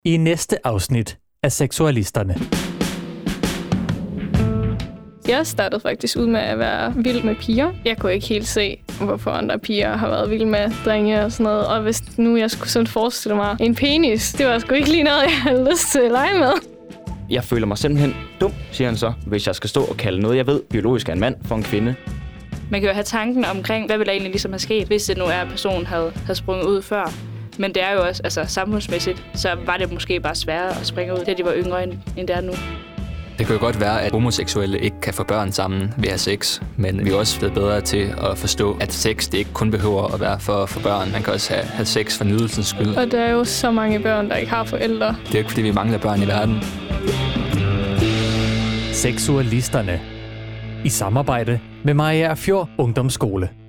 i næste afsnit af Seksualisterne. Jeg startede faktisk ud med at være vild med piger. Jeg kunne ikke helt se, hvorfor andre piger har været vilde med drenge og sådan noget. Og hvis nu jeg skulle sådan forestille mig en penis, det var sgu ikke lige noget, jeg havde lyst til at lege med. Jeg føler mig simpelthen dum, siger han så, hvis jeg skal stå og kalde noget, jeg ved biologisk er en mand, for en kvinde. Man kan jo have tanken omkring, hvad ville der egentlig ligesom have sket, hvis det nu er, at personen havde sprunget ud før. Men det er jo også, samfundsmæssigt, så var det måske bare sværere at springe ud, da de var yngre, end det er nu. Det kan jo godt være, at homoseksuelle ikke kan få børn sammen ved at have sex, men vi er også blevet bedre til at forstå, at sex det ikke kun behøver at være for børn. Man kan også have sex for nydelsens skyld. Og der er jo så mange børn, der ikke har forældre. Det er ikke, fordi vi mangler børn i verden. Seksualisterne. I samarbejde med Mariagerfjord Ungdomsskole.